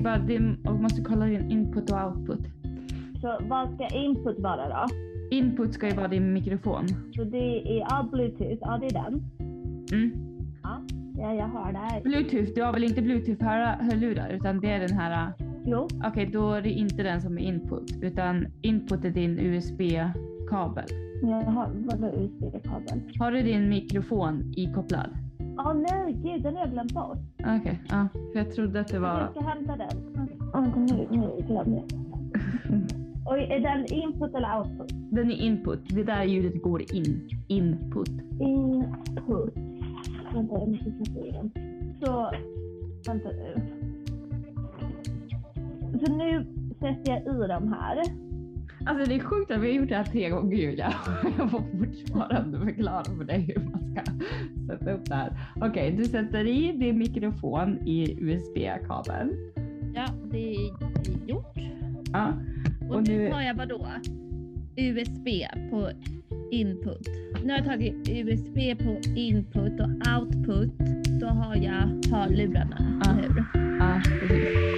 bara, och måste kolla din input och output. Så vad ska input vara då? Input ska ju vara din mikrofon. Så det är Bluetooth, ja det är den. Mm. Ja, jag har det här. Bluetooth, du har väl inte Bluetooth-hörlurar utan det är den här... Jo. Okej, då är det inte den som är input utan input är din USB-kabel. Jag har USB-kabel. Har du din mikrofon ikopplad? Nej, gud, den har jag glömt bort. Okej, ja. För jag trodde att det var... Jag ska hämta den. Nu glömde jag. Oj, är den input eller output? Den är input. Det där ljudet går in. Input. Input. Vänta, jag måste sätta i den. Så, vänta nu. Så nu sätter jag i de här. Alltså det är sjukt att vi har gjort det här 3 gånger, Julia. Jag får fortfarande förklara för dig hur man ska sätta upp det här. Okej, du sätter i din mikrofon i USB-kabeln. Ja, det är gjort. Ja. Och nu tar jag vadå? USB på input. Nu har jag tagit USB på input och output. Då har jag hörlurarna, eller hur? Ja, precis.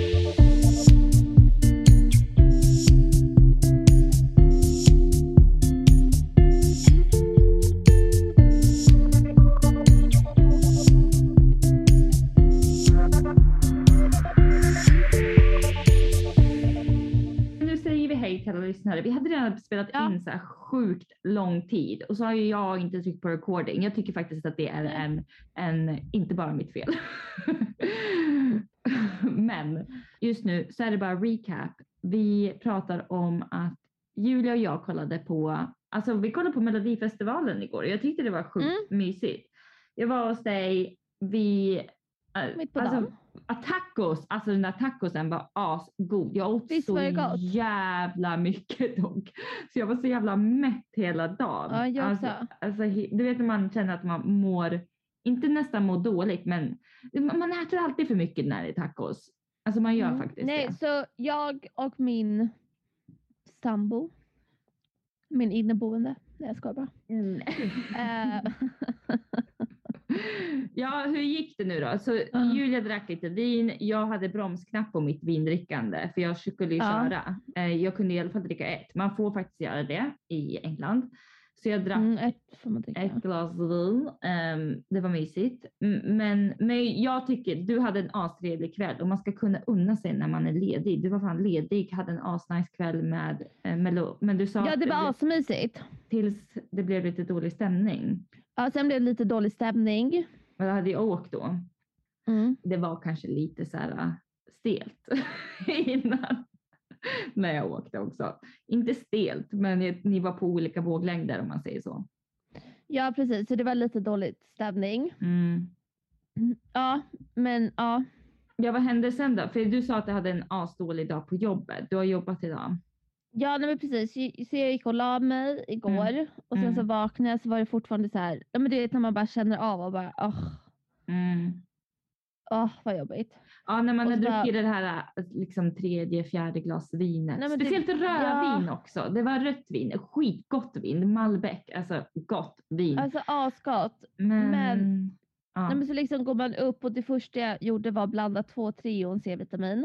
Lyssnare. Vi hade redan spelat in så här sjukt lång tid och så har ju jag inte tryckt på recording. Jag tycker faktiskt att det är inte bara mitt fel. Men just nu så är det bara recap. Vi pratar om att Julia och jag kollade på Melodifestivalen igår. Jag tyckte det var sjukt mysigt. Jag var hos dig, tacos, alltså den där tacosen var asgod. Jag åt så jävla mycket dock. Så jag var så jävla mätt hela dagen. Ja, jag också. Alltså, du vet när man känner att man mår, inte nästan mår dåligt, men man äter alltid för mycket när det är tacos. Alltså man gör faktiskt det. Nej, så jag och min sambo, min inneboende, jag ska bara. Ja, hur gick det nu då? Så Julia drack lite vin. Jag hade bromsknapp på mitt vindrickande för jag skulle ju köra. Jag kunde i alla fall dricka ett. Man får faktiskt göra det i England. Så jag drack ett glas vin. Det var mysigt. Men jag tycker du hade en astrevlig kväll och man ska kunna unna sig när man är ledig. Du var fan ledig, hade en asnice kväll med Melo. Men du sa det var asmysigt. Tills det blev lite dålig stämning. Ja, sen blev det lite dålig stämning. Och jag hade ju åkt då. Det var kanske lite så här stelt innan. När jag åkte också. Inte stelt, men ni var på olika våglängder om man säger så. Ja, precis. Så det var lite dålig stämning. Ja, men ja. Ja, vad hände sen då? För du sa att du hade en asdålig dag på jobbet. Du har jobbat idag. Ja, nej, men precis. Så jag gick och la mig igår. Och sen så vaknade jag så var det fortfarande så här. Ja, men det är när man bara känner av och bara vad jobbigt. Ja, när man har druckit det här liksom 3:e, 4:e glas vinet. Nej, speciellt rödvin också. Det var rött vin. Skitgott vin. Malbec. Alltså gott vin. Alltså asgott. Men nej, men så liksom går man upp och det första jag gjorde var att blanda 2 Treon C-vitamin.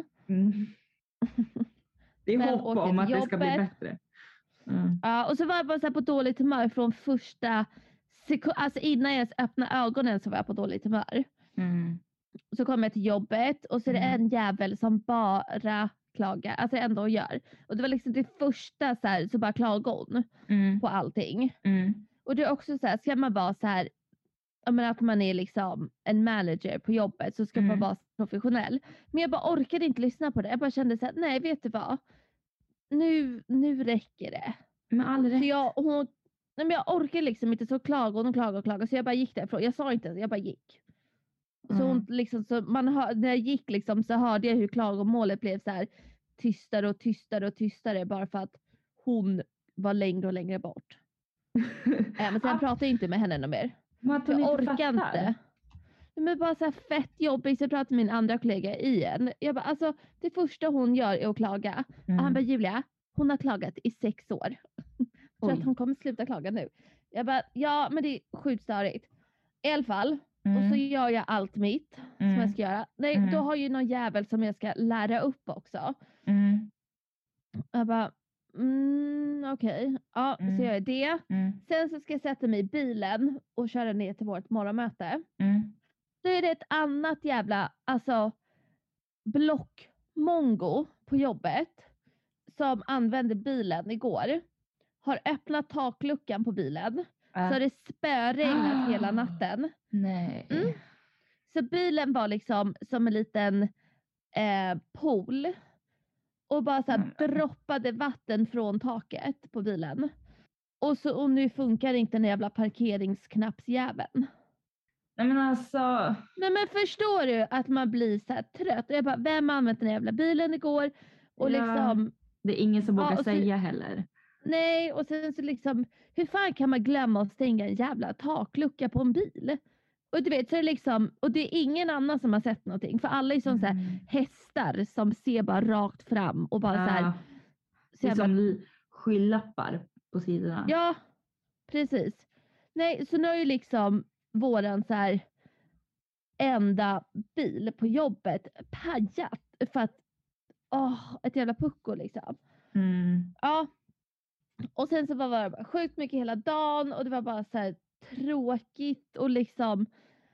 Det är hopp om att det ska bli bättre. Ja, och så var jag bara så här på dåligt humör från första sekund. Alltså innan jag ens öppnade ögonen så var jag på dåligt humör. Så kom jag till jobbet och så är det en jävel som bara klagar. Alltså ändå gör. Och det var liksom det första så här, så bara klagon på allting. Och det är också så här, ska man vara så här, jag menar att man är liksom en manager på jobbet så ska man vara professionell. Men jag bara orkade inte lyssna på det. Jag bara kände så här, nej vet du vad? Nu räcker det. Med all rätt. Men jag orkar liksom inte så klaga. Så jag bara gick därifrån. Jag sa inte ens, jag bara gick. Så hon liksom, så när jag gick liksom så hörde jag hur klagomålet blev så här tystare bara för att hon var längre och längre bort. Men sen pratade jag inte med henne någon mer. Jag orkar inte. Men bara så här fett jobbigt. Så jag pratade med min andra kollega igen. Jag bara, alltså det första hon gör är att klaga. Och han bara, Julia, hon har klagat i 6 år. Så att hon kommer sluta klaga nu. Jag bara, ja men det är sjukt störigt. I alla fall. Och så gör jag allt mitt som jag ska göra. Nej, då har ju någon jävel som jag ska lära upp också. Jag bara, okej. Ja, så gör jag det. Sen så ska jag sätta mig i bilen och köra ner till vårt morgonmöte. Då är det ett annat jävla, alltså blockmongo på jobbet som använde bilen igår. Har öppnat takluckan på bilen. Så det spöregnat hela natten. Nej. Så bilen var liksom som en liten pool. Och bara så här droppade vatten från taket på bilen. Och nu funkar inte den jävla parkeringsknappsjäveln. Nej men alltså. Nej men förstår du att man blir så här trött. Och jag bara, vem har använt den jävla bilen igår? Och liksom. Det är ingen som vågar säga heller. Nej, och sen så liksom, hur fan kan man glömma att stänga en jävla taklucka på en bil? Och du vet, så är det liksom, och det är ingen annan som har sett någonting. För alla är som så här hästar som ser bara rakt fram och bara så här. Det är som skyllappar på sidorna. Ja, precis. Nej, så nu är ju liksom våran så här enda bil på jobbet pajat för att ett jävla pucko liksom. Ja. Och sen så var det bara sjukt mycket hela dagen och det var bara så här tråkigt och liksom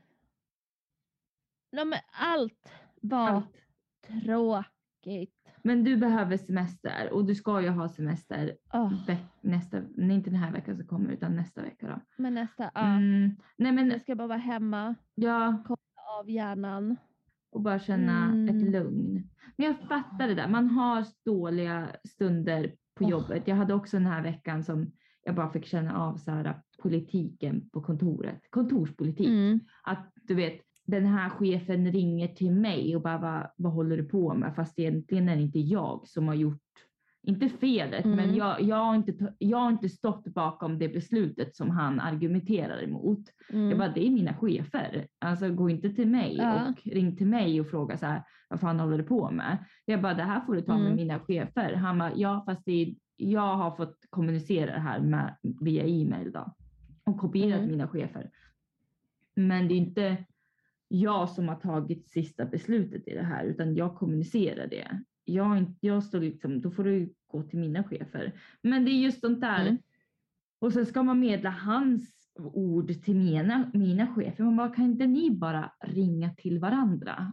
allt var tråkigt. Men du behöver semester och du ska ju ha semester inte den här veckan som kommer utan nästa vecka då. Men nästa, Nej men jag ska bara vara hemma. Ja. Kolla av hjärnan. Och bara känna ett lugn. Men jag fattar det där. Man har dåliga stunder på jobbet. Jag hade också den här veckan som jag bara fick känna av så här politiken på kontoret. Kontorspolitik. Att du vet, den här chefen ringer till mig och bara vad håller du på med? Fast egentligen är det inte jag som har gjort, inte felet, men jag har inte stått bakom det beslutet som han argumenterar emot. Jag bara, det är mina chefer. Alltså gå inte till mig och ring till mig och fråga så här, vad fan håller du på med? Jag bara, det här får du ta med mina chefer. Han bara, ja fast jag har fått kommunicera det här via e-mail då. Och kopierat mina chefer. Men det är inte jag som har tagit sista beslutet i det här, utan jag kommunicerar det. Jag står liksom, då får du gå till mina chefer. Men det är just sånt där. Och sen ska man medla hans ord till mina chefer. Man bara, kan inte ni bara ringa till varandra?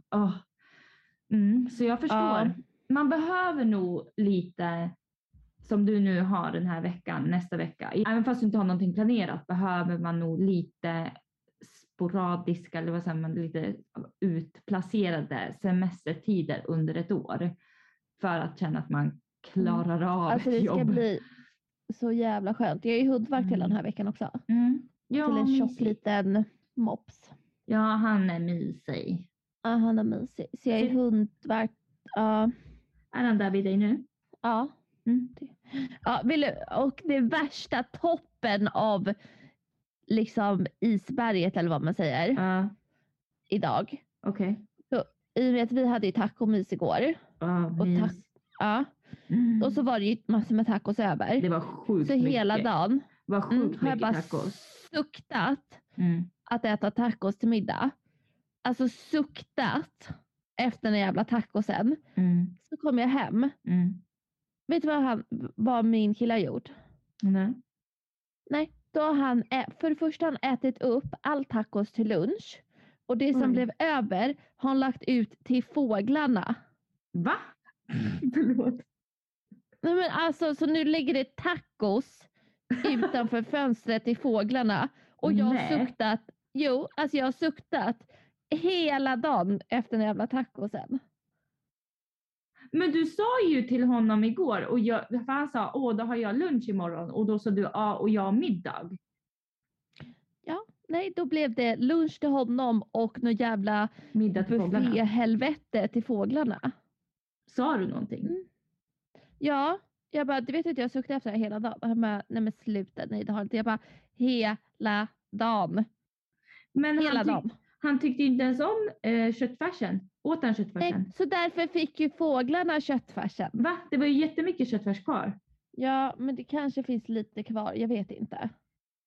Så jag förstår. Man behöver nog lite, som du nu har den här veckan, nästa vecka. Även fast du inte har någonting planerat behöver man nog lite sporadiska, eller vad säger man, lite utplacerade semestertider under ett år. För att känna att man klarar av alltså det jobb. Ska bli så jävla skönt. Jag är ju hundvakt hela den här veckan också. Ja, till en tjock liten mops. Ja, han är mysig. Ja, han är mysig. Så jag är hundvakt. Är han där vid dig nu? Ja. Ja, och det värsta toppen av liksom isberget eller vad man säger. Idag. Okej. Så i och med att vi hade ju tacomys igår. Och så var det ju massor med tacos över. Det var sjukt så mycket. Hela dagen var sjukt har jag bara tacos. suktat att äta tacos till middag. Alltså suktat efter den jävla tacosen. Så kom jag hem. Vet du vad min kille har gjort? Nej, då har han för det första han ätit upp all tacos till lunch. Och det som blev över har han lagt ut till fåglarna. Va? Förlåt. Nej men alltså, så nu ligger det tacos utanför fönstret till fåglarna. Och jag har suktat hela dagen efter den jävla tacosen. Men du sa ju till honom igår, och för han sa, då har jag lunch imorgon. Och då sa du, och jag middag. Ja, nej då blev det lunch till honom och någon jävla middag till fåglarna. Helvete till fåglarna. Sa du någonting? Ja, jag bara, du vet att jag suktade efter det hela dagen. Han bara, nej men sluta, nej det har inte. Jag bara, hela dagen. Men hela dagen. Han tyckte inte ens om köttfärsen. Åt han köttfärsen? Nej, så därför fick ju fåglarna köttfärsen. Va? Det var ju jättemycket köttfärs kvar. Ja, men det kanske finns lite kvar. Jag vet inte.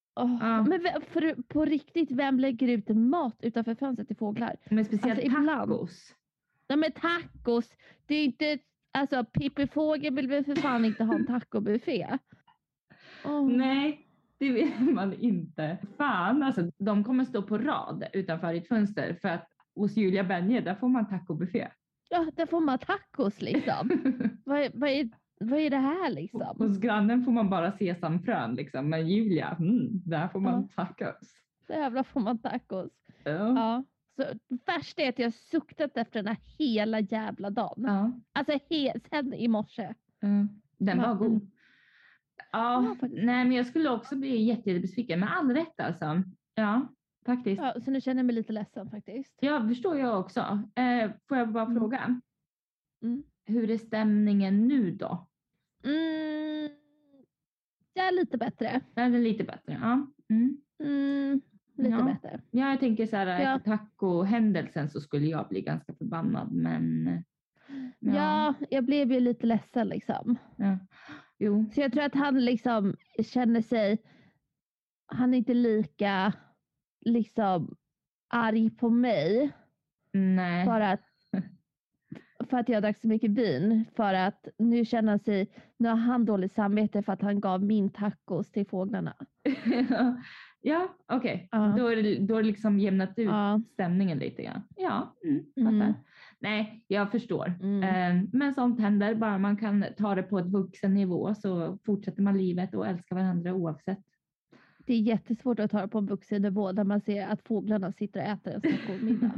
Men på riktigt, vem lägger ut mat utanför fönstret till fåglar? Men speciellt alltså, tacos. Ja, men tacos. Det är inte... Alltså, Pippi Fågel vill väl för fan inte ha en tacobuffé. Nej, det vill man inte. Fan, alltså de kommer stå på rad utanför ett fönster för att hos Julia Benje, där får man tacobuffé. Ja, där får man tacos liksom. Vad är det här liksom? Hos grannen får man bara sesamfrön liksom, men Julia, där får man tacos. Så jävla får man tacos. Ja. Så värst är att jag suktat efter den här hela jävla dagen. Ja. Alltså sen i morse. Den var god. Ja, nej men jag skulle också bli jättebesviken med all rätt alltså. Ja, faktiskt. Ja, så nu känner jag mig lite ledsen faktiskt. Ja, förstår jag också. Får jag bara fråga? Hur är stämningen nu då? Jag är lite bättre. Ja, det är lite bättre, ja. Lite bättre. Ja, jag tänker så här, efter taco-händelsen så skulle jag bli ganska förbannad, men... Ja, jag blev ju lite ledsen liksom. Ja. Jo. Så jag tror att han liksom känner sig... Han är inte lika liksom arg på mig. Nej. För att jag drack så mycket vin. För att nu känner han sig... Nu har han dåligt samvete för att han gav min tacos till fåglarna. Ja, okej. Då är det liksom jämnat ut stämningen lite grann. Ja, fattar. Nej, jag förstår. Men sånt händer. Bara man kan ta det på ett vuxen nivå så fortsätter man livet och älskar varandra oavsett. Det är jättesvårt att ta det på en vuxen nivå när man ser att fåglarna sitter och äter en tacomiddag.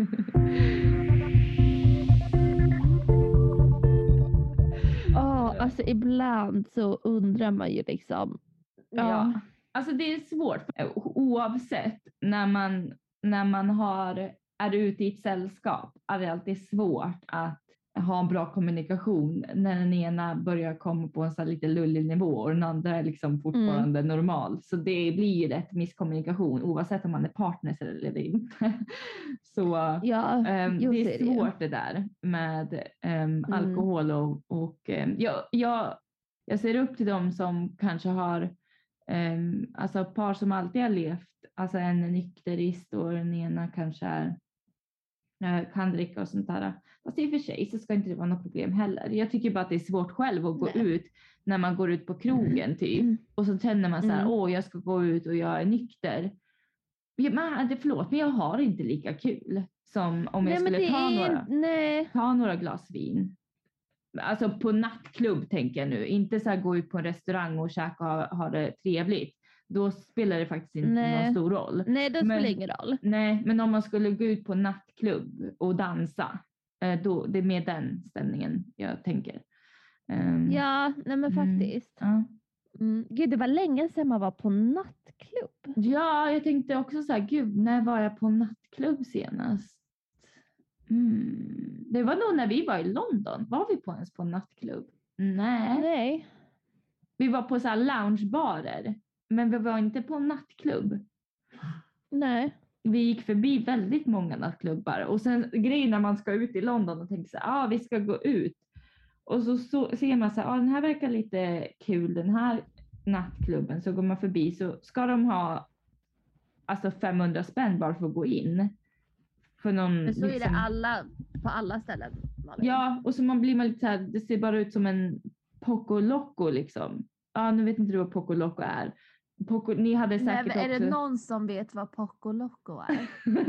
Alltså ibland så undrar man ju liksom. Ja. Alltså det är svårt oavsett när man är ute i ett sällskap är det alltid svårt att ha en bra kommunikation när den ena börjar komma på en så lite lullig nivå och den andra är liksom fortfarande normal. Så det blir ju rätt misskommunikation oavsett om man är partners eller inte. Så det är svårt det där med alkohol och jag ser upp till dem som kanske har alltså par som alltid har levt, alltså en är nykterist och den ena kanske kan dricka och sånt där. Fast i och för sig så ska inte det vara något problem heller. Jag tycker bara att det är svårt själv att gå ut när man går ut på krogen typ. Och så känner man så här, jag ska gå ut och jag är nykter. Förlåt, men jag har inte lika kul som om jag skulle ta några glas vin. Alltså på nattklubb tänker jag nu. Inte så här gå ut på en restaurang och käka och ha det trevligt. Då spelar det faktiskt inte någon stor roll. Nej, det spelar ingen roll. Nej, men om man skulle gå ut på nattklubb och dansa. Då, det är med den stämningen jag tänker. Ja, nej men faktiskt. Gud, det var länge sedan man var på nattklubb. Ja, jag tänkte också så här, gud, när var jag på nattklubb senast? Det var nog när vi var i London. Var vi ens på nattklubb? Nej. Vi var på så här loungebarer. Men vi var inte på nattklubb. Nej. Vi gick förbi väldigt många nattklubbar. Och sen grejen när man ska ut i London och tänker så här, vi ska gå ut. Och så ser man så här, den här verkar lite kul, den här nattklubben. Så går man förbi så ska de ha alltså 500 spänn bara för att gå in. För någon, men så är det på alla ställen. Malin. Ja, och så blir man lite så här, det ser bara ut som en Poco Loco liksom. Ja, nu vet inte du vad Poco Loco är. Ni hade säkert också... Är det någon som vet vad Poco Loco är?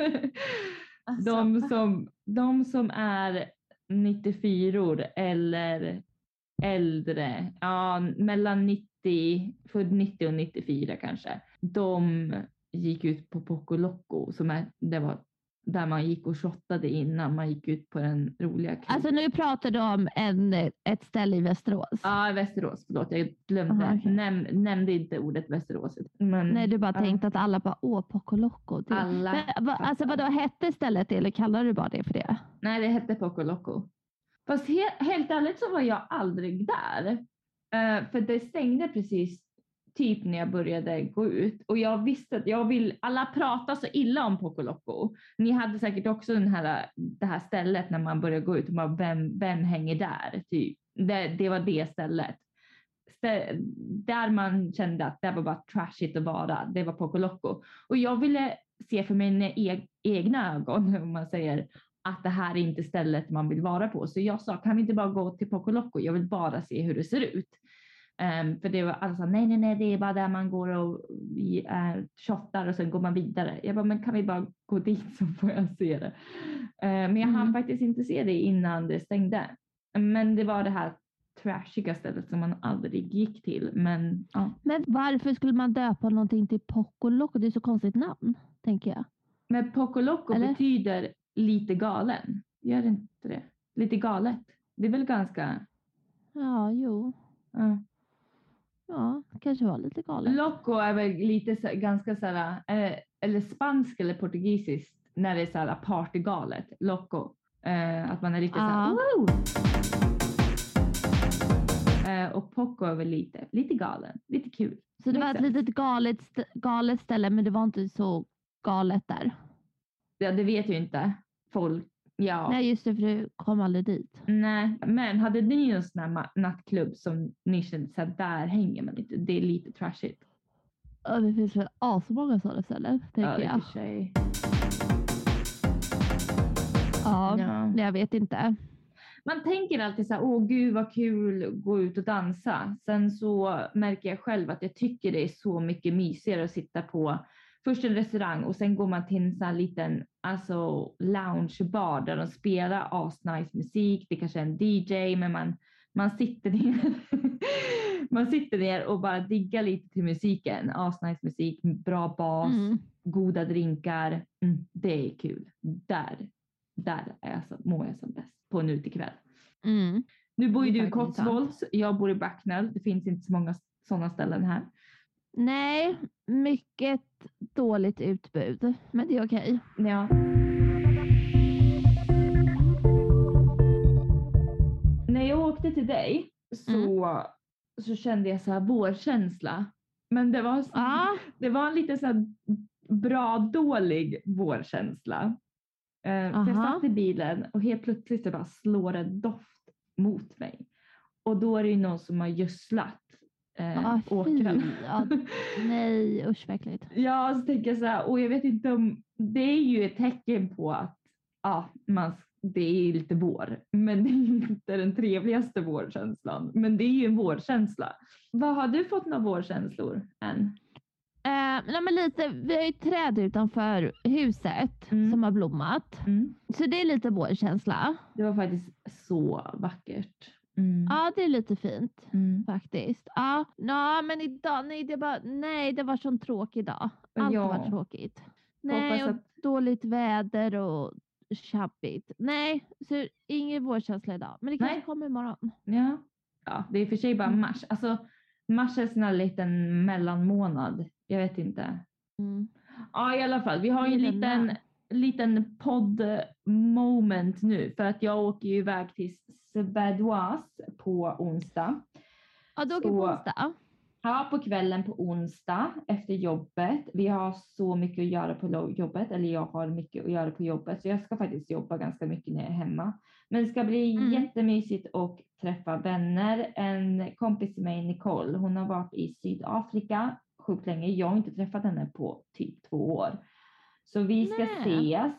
Alltså. De som är 94 eller äldre, mellan 90, född 90 och 94 kanske. De gick ut på Poco Loco det var där man gick och shottade innan man gick ut på den roliga klubben. Alltså nu pratar du om ett ställe i Västerås. Ja, Västerås. Förlåt, jag glömde. Aha, okay. Nämnde inte ordet Västerås. Men, nej, du bara tänkte att alla bara, Poco Loco. Alltså vadå, hette stället eller kallar du bara det för det? Nej, det hette Poco Loco. Fast helt ärligt så var jag aldrig där. För det stängde precis typ när jag började gå ut. Och jag visste att alla pratar så illa om Poco Loco. Ni hade säkert också det här stället när man började gå ut. Och bara, vem hänger där? Typ. Det var det stället. där man kände att det var bara trashigt att vara, det var Poco Loco. Och jag ville se för mina egna ögon, om man säger, att det här är inte stället man vill vara på. Så jag sa, kan vi inte bara gå till Poco Loco? Jag vill bara se hur det ser ut. För det var alltså, nej, det är bara där man går och shottar och sen går man vidare. Jag bara, men kan vi bara gå dit så får jag se det. Men jag hann faktiskt inte se det innan det stängde. Men det var det här trashiga stället som man aldrig gick till. Men varför skulle man döpa någonting till Poco Loco? Det är så konstigt namn, tänker jag. Men Poco Loco betyder lite galen. Gör det inte det? Lite galet. Det är väl ganska... Ja, jo. Ja, kanske var lite galet. Loco är väl lite ganska såhär, eller spansk eller portugisiskt, när det är såhär partygalet. Loco. Att man är lite såhär, wow! Och Poco är väl lite galen, lite kul. Så det var ett litet galet ställe, men det var inte så galet där. Ja, det vet ju inte folk. Ja. Nej, just det, för du kom aldrig dit. Nej, men hade ni en sån här nattklubb som ni kände så här, där hänger man inte? Det är lite trashigt. Ja, det finns väl asmånga sådana ställen, tänker jag. Ja, jag vet inte. Man tänker alltid så här, åh gud vad kul att gå ut och dansa. Sen så märker jag själv att jag tycker det är så mycket mysigare att sitta på först en restaurang och sen går man till en sån här liten loungebar där de spelar asnice musik. Det kanske är en DJ, men man sitter ner. Man sitter ner och bara diggar lite till musiken. Asnice musik, bra bas, goda drinkar. Det är kul. Där är mår jag som bäst på en utekväll. Nu bor ju du i Cotswolds, jag bor i Bracknell. Det finns inte så många sådana ställen här. Nej, mycket dåligt utbud, men det är okej. Ja. När jag åkte till dig så kände jag så här vårkänsla. Men det var en lite så här bra dålig vårkänsla. För jag satt i bilen och helt plötsligt så bara slår en doft mot mig. Och då är det ju någon som har gödslat åkrar. Nej, usch verkligen. Ja, så tänker jag så här, och jag vet inte om det är ju ett tecken på att det är lite vår, men det är inte den trevligaste vårkänslan, men det är ju en vårkänsla. Vad har du fått några vårkänslor än? Men lite, vi har ju träd utanför huset som har blommat. Så det är lite vårkänsla. Det var faktiskt så vackert. Ja, det är lite fint faktiskt. Ja, men idag, det var så tråkig dag. Allt var tråkigt. Nej, och dåligt väder och tjabbigt. Nej, så ingen vårkänsla idag. Men det kanske kommer imorgon. Ja, det är för sig bara mars. Alltså, mars är en liten mellanmånad. Jag vet inte. Ja, i alla fall. Vi har ju en liten podd-moment nu. För att jag åker ju iväg till Subadoise på onsdag. Ja, du åker på onsdag? Ja, på kvällen på onsdag efter jobbet. Vi har så mycket att göra på jobbet. Eller jag har mycket att göra på jobbet. Så jag ska faktiskt jobba ganska mycket när jag är hemma. Men det ska bli jättemysigt och träffa vänner. En kompis med mig, Nicole. Hon har varit i Sydafrika sjukt länge. Jag har inte träffat henne på typ 2 år. Så vi ska ses.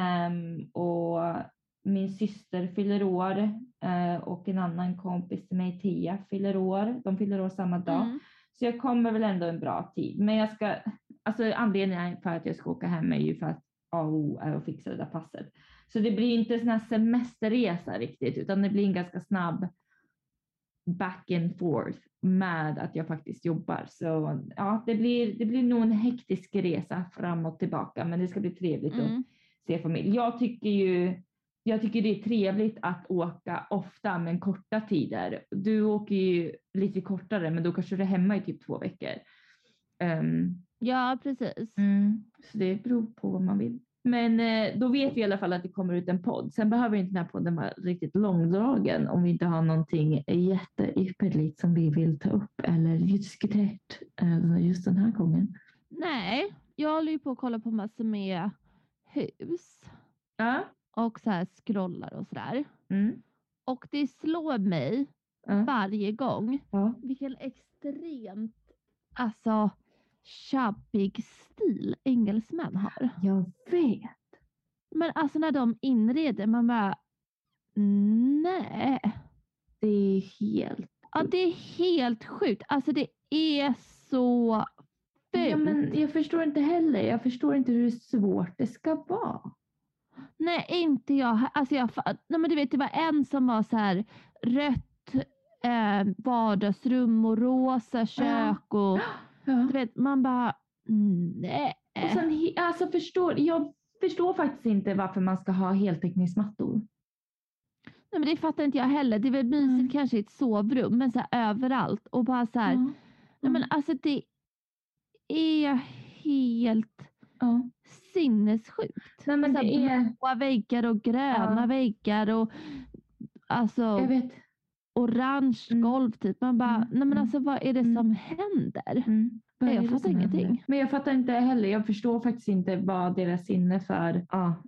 Och min syster fyller år. Och en annan kompis till mig, Tia, fyller år. De fyller år samma dag. Så jag kommer väl ändå en bra tid. Men jag ska, anledningen för att jag ska åka hem är ju för att AO är och fixa det där passet. Så det blir inte sån här semesterresa riktigt. Utan det blir en ganska snabb back and forth med att jag faktiskt jobbar. Så ja, det blir nog en hektisk resa fram och tillbaka. Men det ska bli trevligt att se familj. Jag tycker det är trevligt att åka ofta men korta tider. Du åker ju lite kortare, men då kanske du är hemma i typ 2 veckor. Ja, precis. Så det beror på vad man vill. Men då vet vi i alla fall att det kommer ut en podd. Sen behöver inte den här podden vara riktigt långdragen om vi inte har någonting jätteypperligt som vi vill ta upp eller diskuterat just den här gången. Nej, jag håller ju på att kolla på massor med hus. Ja. Och så här scrollar och sådär. Och det slår mig varje gång. Vilken extremt tjabbig stil engelsmän har. Jag vet. Men alltså när de inreder, man bara nej. Det är helt... Ja, det är helt sjukt. Alltså det är så fult. Ja, men jag förstår inte heller. Jag förstår inte hur svårt det ska vara. Nej, inte jag. Alltså nej, men du vet, det var en som var så här rött vardagsrum och rosa kök och du vet, man bara nej. Och sen, alltså jag förstår faktiskt inte varför man ska ha heltäckningsmattor. Nej, men det fattar inte jag heller. Det är väl mysigt kanske i ett sovrum, men så här överallt och bara så här. Nej, men alltså det är helt sinnessjukt. Nej, men så det är blåa väggar och gröna väggar och alltså jag vet. Orange golv typ. Man bara, nej men alltså vad är det som händer? Nej, jag fattar ingenting. Händer? Men jag fattar inte heller. Jag förstår faktiskt inte vad deras sinne för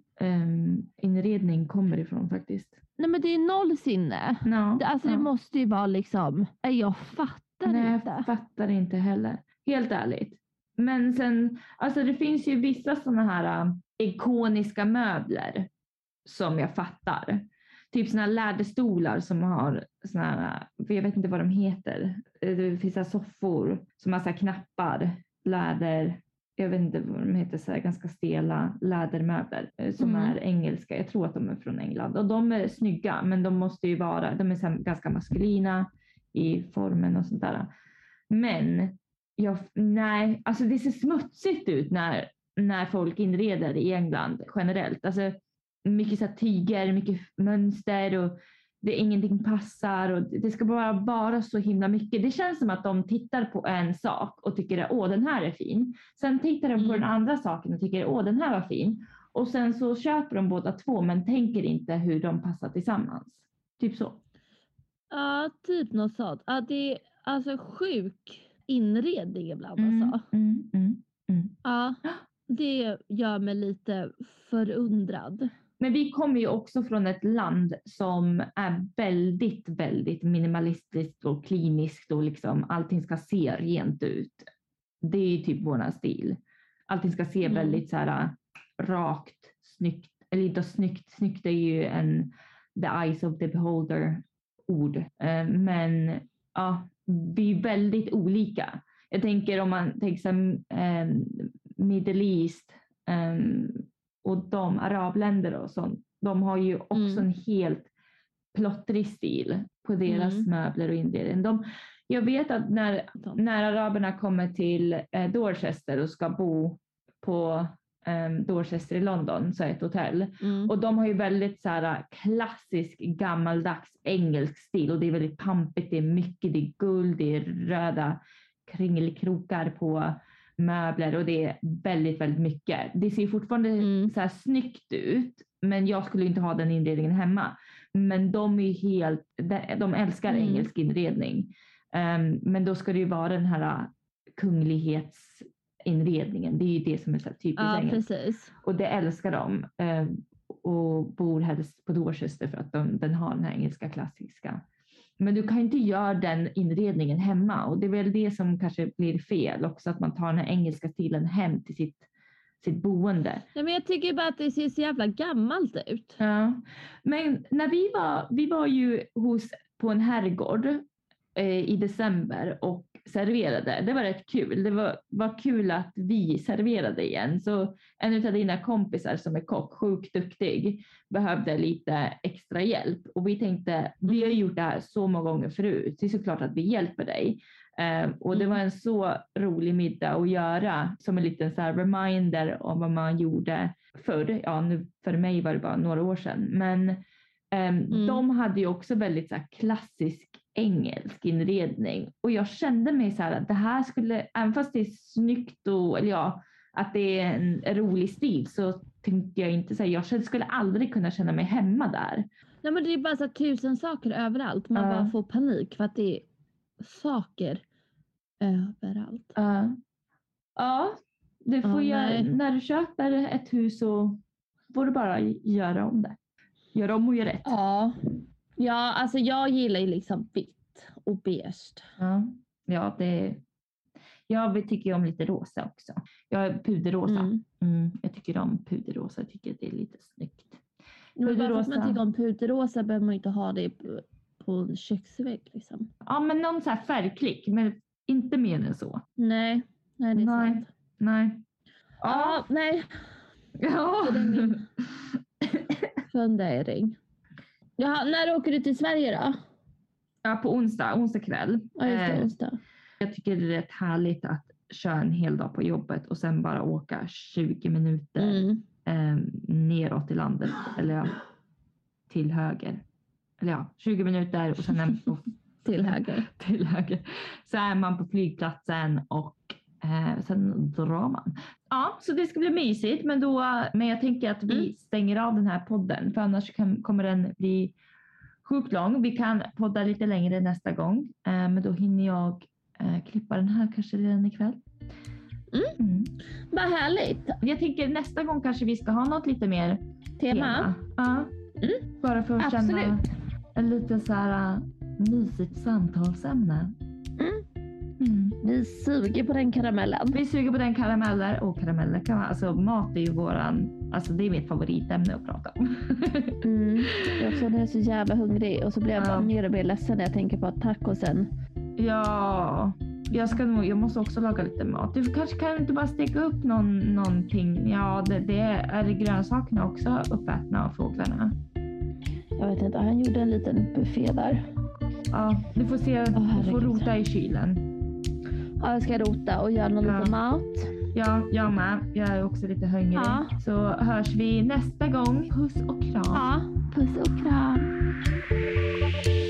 inredning kommer ifrån faktiskt. Nej, men det är noll sinne. Det måste ju vara liksom, jag fattar inte. Jag fattar inte heller. Helt ärligt. Men sen, alltså det finns ju vissa sådana här ikoniska möbler som jag fattar. Typ såna här läderstolar som har såna här, jag vet inte vad de heter. Det finns så här soffor som har så här knappar, läder. Jag vet inte vad de heter, så här ganska stela lädermöbler som är engelska. Jag tror att de är från England. Och de är snygga, men de måste ju vara, de är så här ganska maskulina i formen och sånt där. Men nej, alltså det ser smutsigt ut när folk inreder i England generellt. Alltså mycket så här tyger, mycket mönster och ingenting passar och det ska bara så himla mycket. Det känns som att de tittar på en sak och tycker den här är fin. Sen tittar de på den andra saken och tycker den här var fin. Och sen så köper de båda två men tänker inte hur de passar tillsammans. Typ så. Ja, typ något sånt. Ja, det är alltså sjuk inredning ibland alltså. Ja, det gör mig lite förundrad. Men vi kommer ju också från ett land som är väldigt, väldigt minimalistiskt och kliniskt och liksom allting ska se rent ut. Det är ju typ våran stil. Allting ska se väldigt så här rakt, snyggt, eller inte snyggt är ju the eyes of the beholder ord. Men ja, vi är väldigt olika. Jag tänker om man tänker sig Middle East och de arabländer och sånt. De har ju också en helt plottrig stil på deras möbler och inredning. Jag vet att när araberna kommer till Dorchester och ska bo på Dorchester i London, så är ett hotell. Och de har ju väldigt så här klassisk gammaldags engelsk stil och det är väldigt pampigt, det är mycket, det är guld, det är röda kringelkrokar på möbler och det är väldigt, väldigt mycket. Det ser fortfarande så här snyggt ut, men jag skulle inte ha den inredningen hemma. Men de är de älskar engelsk inredning. Men då ska det ju vara den här kunglighetsinredningen. Det är ju det som är så typiskt engelskt. Precis. Och det älskar de. Och bor helst på Dorchester för att den har den här engelska klassiska. Men du kan inte göra den inredningen hemma. Och det är väl det som kanske blir fel också. Att man tar den här engelska stilen hem till sitt boende. Ja, men jag tycker bara att det ser så jävla gammalt ut. Ja. Men när vi var ju på en herrgård i december och serverade. Det var rätt kul. Det var kul att vi serverade igen. Så en av dina kompisar som är kock, sjukt duktig, behövde lite extra hjälp. Och vi tänkte, vi har gjort det här så många gånger förut. Så det är såklart att vi hjälper dig. Och det var en så rolig middag att göra. Som en liten så här reminder om vad man gjorde förr. Ja, nu för mig var det bara några år sedan. Men de hade ju också väldigt så här klassisk engelsk inredning. Och jag kände mig så här att det här skulle, även fast det är snyggt och att det är en rolig stil, så tänkte jag inte säga, jag skulle aldrig kunna känna mig hemma där. Nej, men det är bara så 1000 saker överallt. Man bara får panik för att det är saker överallt. Ja, det får när du köper ett hus så får du bara göra om det. Göra om och göra rätt. Ja, alltså jag gillar ju liksom vitt. och beige. Ja, jag tycker om lite rosa också. Jag är puderrosa. Jag tycker om puderrosa. Jag tycker det är lite snyggt. Men bara för att man tycker om puderrosa behöver man inte ha det på en köksvägg liksom. Ja, men någon så här färgklick, men inte mer än så. Nej, det är sant. Nej. Ja, nej. Ja. Det är min fundering. Ja, när åker du till Sverige då? Ja, på onsdag kväll. Ja, just det, onsdag. Jag tycker det är rätt härligt att köra en hel dag på jobbet och sen bara åka 20 minuter neråt i landet. Eller ja, till höger. Eller ja, 20 minuter och sen till höger. Så är man på flygplatsen och sen drar man. Ja, så det ska bli mysigt. Men jag tänker att vi stänger av den här podden. För annars kommer den bli sjukt lång. Vi kan podda lite längre nästa gång. Men då hinner jag klippa den här kanske redan ikväll. Vad härligt. Jag tänker nästa gång kanske vi ska ha något lite mer tema. Ja. Bara för att känna en lite så här mysigt samtalsämne. Vi suger på den karamellen. Vi suger på den karameller och karameller kan man, alltså mat är ju det är mitt favoritämne att prata om. Jag också när jag är så jävla hungrig och så blir jag bara mer och mer ledsen när jag tänker på tacosen. Ja, jag måste också laga lite mat. Du kanske kan inte bara steka upp någonting. Ja, det är grönsakerna också uppätna av fåglarna. Jag vet inte, han gjorde en liten buffé där. Ja, du får se, du får rota i kylen. Ja, jag ska rota och göra någon liten mat. Ja, jag med. Jag är också lite hungrig. Ja. Så hörs vi nästa gång. Puss och kram. Ja, puss och kram.